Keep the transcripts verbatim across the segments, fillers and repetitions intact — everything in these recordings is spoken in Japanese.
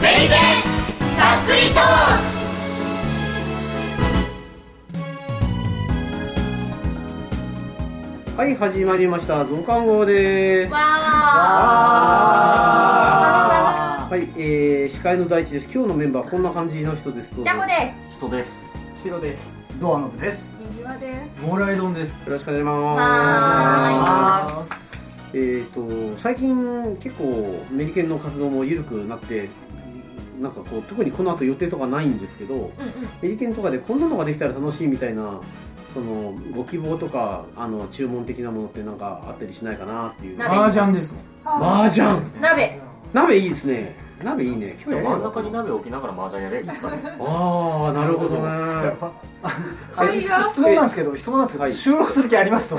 メリケンさっくりトーク。 はい、始まりました。増刊号です。 わーはい、えー、司会の第一です。今日のメンバーこんな感じの人です。どうぞ。 ジャコです。 人です。 白です。ドアノブです。 にじわです。 モーライドンです。 よろしくお願いしまはす。えーと最近結構メリケンの活動も緩くなって、なんかこう特にこの後予定とかないんですけど、 うんうん、 メリケンとかでこんなのができたら楽しいみたいな、そのご希望とかあの注文的なものってなんかあったりしないかなっていう。 マージャンですね。 マージャン。 鍋。 鍋いいですね。鍋いいね。 今日真ん中に鍋置きながら麻雀やればいいですかね。 ああ、なるほどね。 あれ質問なんですけど、質問なんですけど、はい、収録する気あります？収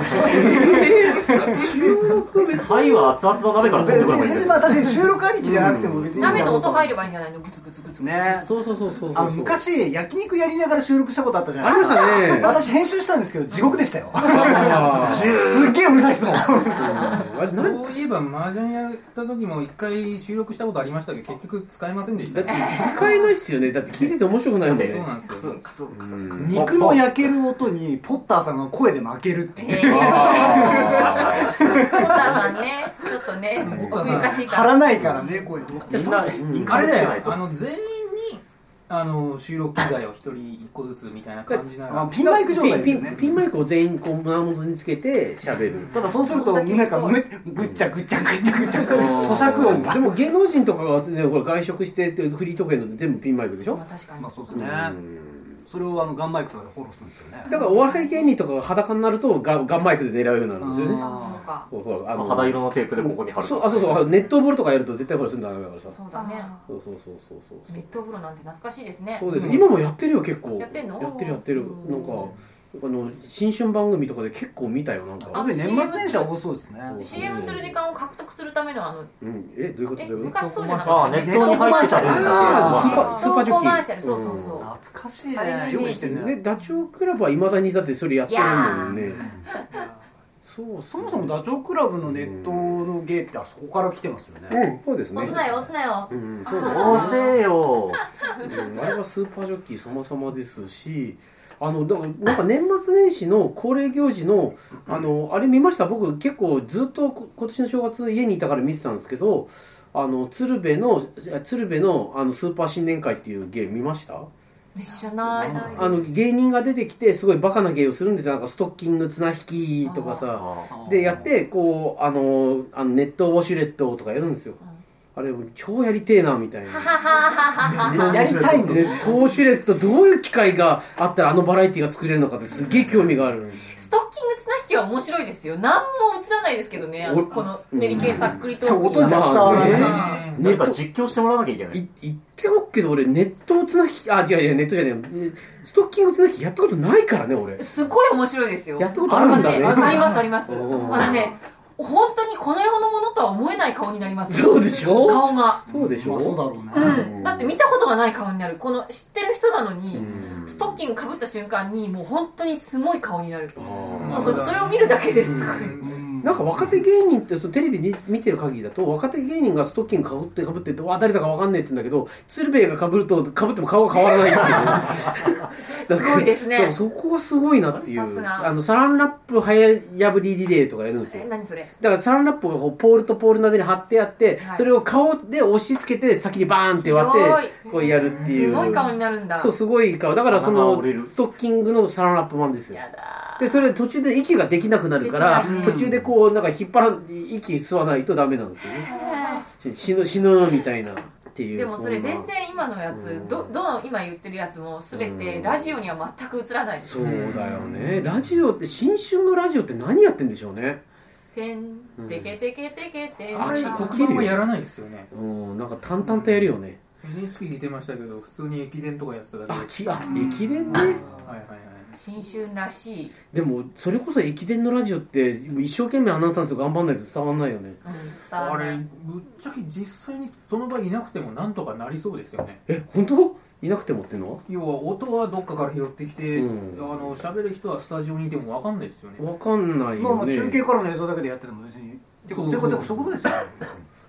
録別に貝は熱々の鍋から取ってくればいいです。 別にまあ確かに収録ありきじゃなくても別に鍋の音入ればいいんじゃないの？グツグツグツね。 そうそうそうそう。 あの昔焼肉やりながら収録したことあったじゃないですか。ありましたね。 私編集したんですけど地獄でしたよ。すっげえうるさいっすもん。 そういえば麻雀やった時も一回収録したことありましたけど結局使えませんでした。 使えないっすよね。だって聞いてて面白くないもんね。 そうなんですよ。 肉の焼ける音にポッターさんの声で負けるっていう。ポッターさんね、ちょっとね、奥ゆかしいから。 張らないからね、声。 みんな、 あれだよ。あの全員にあの収録機材を一人一個ずつみたいな感じなら。 ピンマイク状態ですよね。 ピンマイクを全員こう胸元につけて喋る。 ただそうするとみんながぐっちゃぐっちゃぐっちゃぐっちゃ咀嚼音が。 でも芸能人とかがね、これ外食してフリートークやるの全部ピンマイクでしょ。 まあ確かに。 まあそうですね。それをあのガンマイクとかでフォローするんですよね。 だからお笑い芸人とかが裸になるとガン、ガンマイクで狙うようになるんですよね。 そうか。 あの肌色のテープでここに貼る。 そう、あ、そうそう、熱湯風呂とかやると絶対これするんだからさ。 そうだね。 そうそうそうそうそう。 熱湯風呂なんて懐かしいですね。 そうです。今もやってるよ結構。 やってんの？ やってるやってる。なんかあの新春番組とかで結構見たよなんか。 あ、年末年始は多そうですね。 シーエム する時間を獲得するためのあの。 うん。え、どういうこと？ 昔そうじゃなかった。ネットに入ってた分だけ。 スーパースーパージョッキー。 コマーシャル、そうそうそう。 懐かしいね。よく知ってるね。 ダチョウ倶楽部はいまだにだってそれやってるもんね。 そうそもそもダチョウ倶楽部のネットの芸ってあそこから来てますよね。 うん、そうですね。 押すなよ押すなよ。 うん、そうです。 押せよ。 あれはスーパージョッキー様々ですし、あのだからなんか年末年始の恒例行事のあのあれ見ました。僕結構ずっと今年の正月家にいたから見てたんですけど、あの鶴瓶の鶴瓶のあのスーパー新年会っていう芸見ました？ 知らない。 あの芸人が出てきてすごいバカな芸をするんですよ。なんかストッキング綱引きとかさでやってこうあのあのネットウォシュレットとかやるんですよ。あれ超やりてえなみたいな。 やりたいんですね。ネットウォシュレットどういう機会があったらあのバラエティが作れるのかってすげえ興味がある。 ストッキング綱引きは面白いですよ。何も映らないですけどね。あのこのメリケンさっくりトークに。 音じゃ伝わらない。 何か実況してもらわなきゃいけない。 言っておくけど俺ネット綱引きあ違う違うネットじゃねえストッキング綱引きやったことないからね俺。 すごい面白いですよ。 やったことあるんだね。 ありますあります。あのね。本当にこの世のものとは思えない顔になります。 そうでしょ？ 顔が。 そうでしょ？ まあ、そうだろうね。 うん。だって見たことがない顔になる。この知ってる人なのに、ストッキング被った瞬間にもう本当にすごい顔になる。もうそれを見るだけですごい。 なんか若手芸人ってそのテレビに見てる限りだと若手芸人がストッキングかぶってかぶってってわ誰だかわかんないって言うんだけど鶴瓶がかぶるとかぶっても顔が変わらないっていうすごいですね。 そこはすごいなっていう。 さすがあのサランラップ早破りリレーとかやるんですよ。 え何それ？ だからサランラップがこうポールとポールの間に貼ってあって、はい、それを顔で押し付けて先にバーンって割ってこうやるっていう。 すごい顔になるんだ。 そうすごい顔。だからそのストッキングのサランラップマンですよ。 やだ。 でそれ途中で息ができなくなるから、ね、途中でこうなんか引っ張ら息吸わないとダメなんですよね。死ぬ死ぬみたいなっていう。 でもそれ全然今のやつ、うん、どどの今言ってるやつも全てラジオには全く映らないです。 そうだよね。ラジオって新春のラジオって何やってんでしょうね。 てんてけてけてけてん。 あれ黒板はやらないですよね。 うん、なんか淡々とやるよね。 エヌエイチケー 聞いてましたけど普通に駅伝とかやってただけです。 あ、駅伝ね。 はいはいはい。 新春らしい。 でもそれこそ駅伝のラジオって一生懸命アナウンサーと頑張んないと伝わんないよね。 うん、伝わんない。 あれぶっちゃけ実際にその場いなくてもなんとかなりそうですよね。 え、本当？いなくてもっての？ 要は音はどっかから拾ってきて、 うん、 あの喋る人はスタジオにいても分かんないですよね。 分かんないよね。 まあまあ中継からの映像だけでやってても別に。てかてかそこですよ。 っ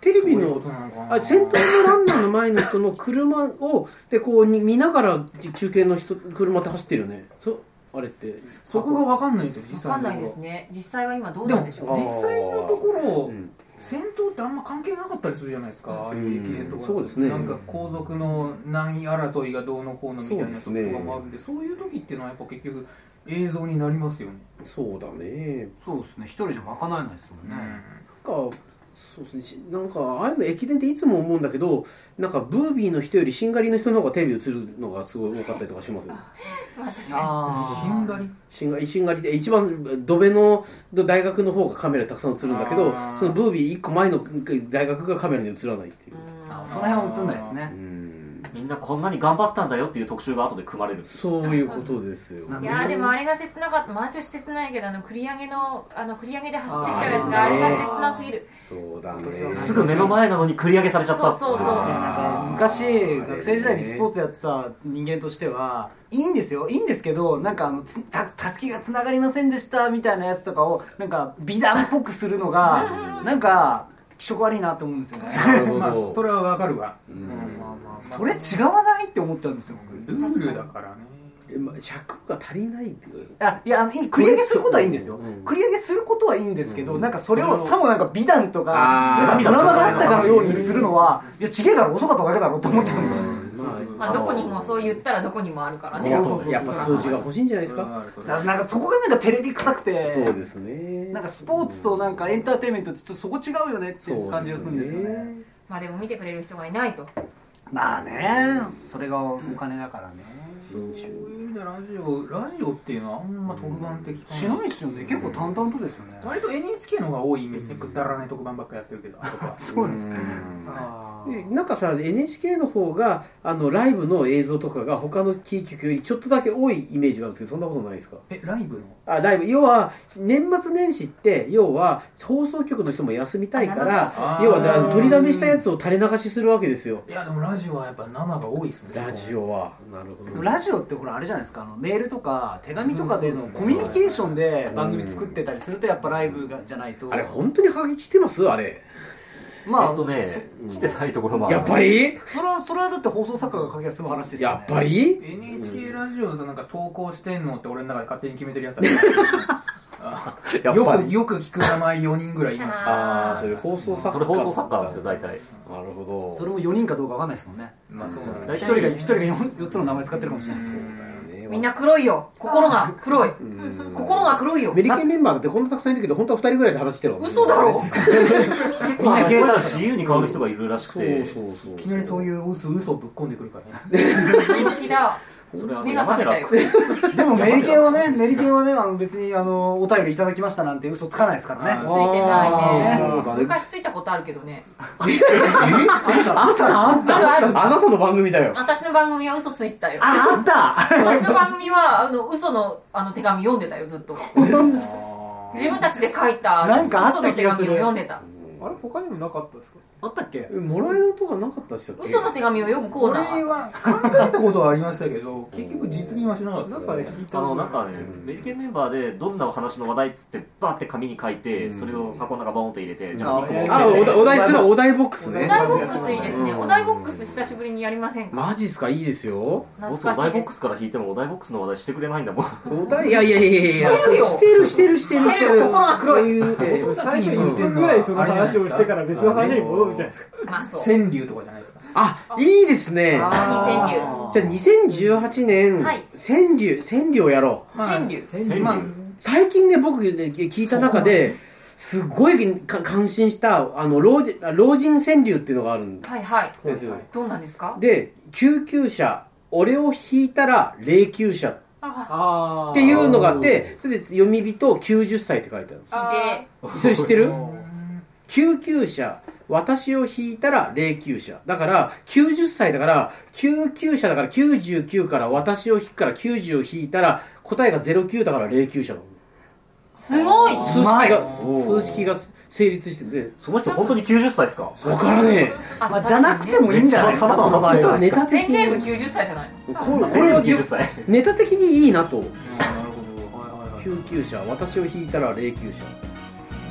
テレビのそういうことなのかなあ先頭のランナーの前の人の車をでこうに見ながら中継の人車って走ってるよね。そあれってそこが分かんないんですよ実際のところ。 分かんないですね。実際は今どうでもなんでしょう。 実際のところ、 うん戦闘ってあんま関係なかったりするじゃないですか、ああいう駅伝とか、 そうですね。 なんか後続の何位争いがどうのこうのみたいなとこそうですねろもあるんで、そういう時っていうのはやっぱ結局映像になりますよね。 そうだね。 そうですね、一人じゃ賄えないですもんね。 なんかそうですねしなんかああいうの駅伝っていつも思うんだけど、なんかブービーの人よりしんがりの人の方がテレビ映るのがすごい多かったりとかしますよね。 まあ確かあしんがりしんがりしんがりで一番ドベの大学の方がカメラたくさん映るんだけど、 あーそのブービーいっこまえの大学がカメラに映らないっていう。 に。うんあ、その辺は映んないですね。 うんみんなこんなに頑張ったんだよっていう特集が後で組まれる。 そういうことですよ。 なんいやーでもあれが切なかった。毎年切ないけど、あの繰り上げのあの繰り上げで走ってきちゃうやつがあれが切なすぎる。 そうだね。 すぐ目の前なのに繰り上げされちゃったって。 そうそうそうでもなんか昔学生時代にスポーツやってた人間としてはいいんですよ、いいんですけど、なんかあのつたたすきがつながりませんでしたみたいなやつとかをなんか美談っぽくするのがなんか気色悪いなと思うんですよね。 なるほど。 まあそれは分かるわ、 ううんんまあまあまあそれ違わないって思っちゃうんですよ僕。 ルールだからね。 えまあ尺が足りないっていう。 あいやあのいい繰り上げすることはいいんですよ、 うん繰り上げすることはいいんですけど、 うんなんかそれをさもなんか美談とかあーなんかドラマがあったかのようにするのはいやちげえだろ遅かっただけだろって思っちゃうんですよ、 ままあどこにもそう言ったらどこにもあるからあ、 ね。 やっそうそうそうぱやっぱ数字が欲しいんじゃないですそれか。 はあるそれはあるだからなんかそこがなんかテレビ臭くてそうですね。 なんかスポーツとなんかエンターテインメントってちょっとそこ違うよねっていう感じがするんですよね。 まあでも見てくれる人がいないと。 まあね、それがお金だからね。 そういう意味でラジオラジオっていうのはあんま特番的しないっすよね、結構淡々とですよね。 割と エヌエイチケー の方が多いイメージでくだらない特番ばっかやってるけどあそこはそうですか。 うんあでなんかさ エヌエイチケー の方があのライブの映像とかが他のキー局よりちょっとだけ多いイメージがあるんですけど、そんなことないですか？ えライブのあライブ要は年末年始って要は放送局の人も休みたいからあ要はあの取りだめしたやつを垂れ流しするわけですよ。 いやでもラジオはやっぱ生が多いですね。 ラジオはなるほど。 でもラジオってほらあれじゃないですか、あのメールとか手紙とかでのコミュニケーションで番組作ってたりするとやっぱライブがじゃないと。 あれ本当にハガキ来てますあれ？ まあえっとね、来てないところもある。 やっぱりそれはそれはだって放送作家が書きゃ済む話ですよね。 やっぱりエヌエイチケー ラジオだとなんか投稿してんのって俺の中で勝手に決めてるやつだけどやっよぱりくよく聞く名前よにんぐらいいますああそれ放送作家それ放送作家なんですよ、大体。 なるほど。 それもよにんかどうかわかんないですもんね。 まあそうなんだ大一人が一人が 4, つの名前使ってるかもしれないですよ。 みんな黒いよ。心が黒い。 うん心が黒いよメ。リケンメンバーだってこんなたくさんいるけど本当はふたりぐらいで話してるわけ嘘だろ。 結構ね、自由に買う人がいるらしくそうて、 そうそう。 いきなりそういう嘘嘘をぶっ込んでくるからね本気だ。 それはあの目が覚めたよ。 でもメリケンはね、メリケンはね、あの別にあのお便りいただきましたなんて嘘つかないですからね。 あついてないね。 そうだね。 昔ついたことあるけどね。 あったあったあるある。 あなたの番組だよ。 私の番組は嘘ついてたよ。 あ、あった私の番組はあの嘘のあの手紙読んでたよずっと。自分たちで書いたなんかあった嘘の手紙を気がする読んでた。 あれ他にもなかったですか？ あったっけ？ えもらいのとかなかったっすよ。 嘘の手紙を読むコこれーナー。 は考えたことはありましたけど結局実現はしなかったなんかね聞いたあの、 ことなんかね、メリケンメンバーでどんな話の話題っつって、バーって紙に書いて、それを箱の中ボーンって入れて、じゃあいっこ持ってあお題お題それはお題ボックスね。 お題ボックスいいですね。お題ボックス久しぶりにやりませんか？ マジっすかいいですよ。 懐ボスお題ボックかしいです。 スから引いてもお題ボックスの話題してくれないんだもん。 お題いやいやいやいやいやしてるよしてるしてるしてるしてる心が黒いこういうえー最初いっぷんぐらいその話をしてから別の話に戻るじゃないですか。 まあそう。 川柳とかじゃないですかあいいですね。 あ川柳。 じゃあにせんじゅうはちねんはい川柳川柳をやろう。 まあ川柳。 まあ最近ね僕ね聞いた中ですごいか感心したあの老人老人川柳っていうのがあるんはいはい。 ですよ。 どんなんですか？ で救急車俺を引いたら霊柩車っああていうのがあってそれで読み人きゅうじゅっさいって書いてああ。 る。それ知ってる？ あ救急車私を引いたら霊柩車だからきゅうじゅっさいだから救急車だからきゅうじゅうきゅうから私を引くからきゅうじゅうを引いたら答えがゼロきゅうだから霊柩車なの。 すごい。 数式うまいが数式が成立しててその人本当にきゅうじゅっさいですか？ わからねあまあ、じゃなくてもいいんじゃないですか。 めっちゃ頭のえ。ちょっといネタ的ペンネームにきゅうじゅっさいじゃないの？ これこれはきゅうじゅっさい。 ネタ的にいいなと。 なるほどはいはいはい救急車私を引いたら霊柩車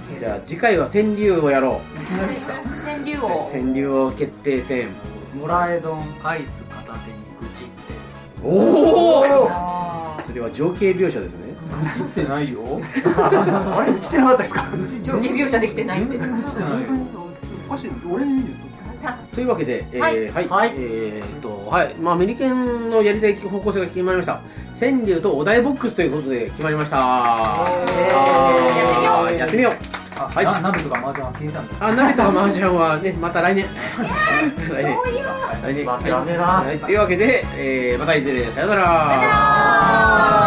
じゃあ次回は川柳をやろ何ですか？ 川柳う。 を川柳を決定戦。 モラエ丼アイス片手に愚痴っておお。 あそれは情景描写ですね。 愚痴ってないよ。 あれ愚痴ってなかったですか？ ー情景描写できてないって全然愚痴ってないよ。 おかしいな俺に見るというわけで、えー、 はいはい、 はいえーっと、はい、まあ、アメリケンのやりたい方向性が決まりました。川柳とお題ボックスということで決まりました。 やってみようやってみよう。 あ、 はいな鍋とか麻雀は消えたんだ。 あ、鍋とか麻雀はね、また来年。来年。来年。 待ってらんねえなはい、というわけで、えー、またいずれさよなら。 さよなら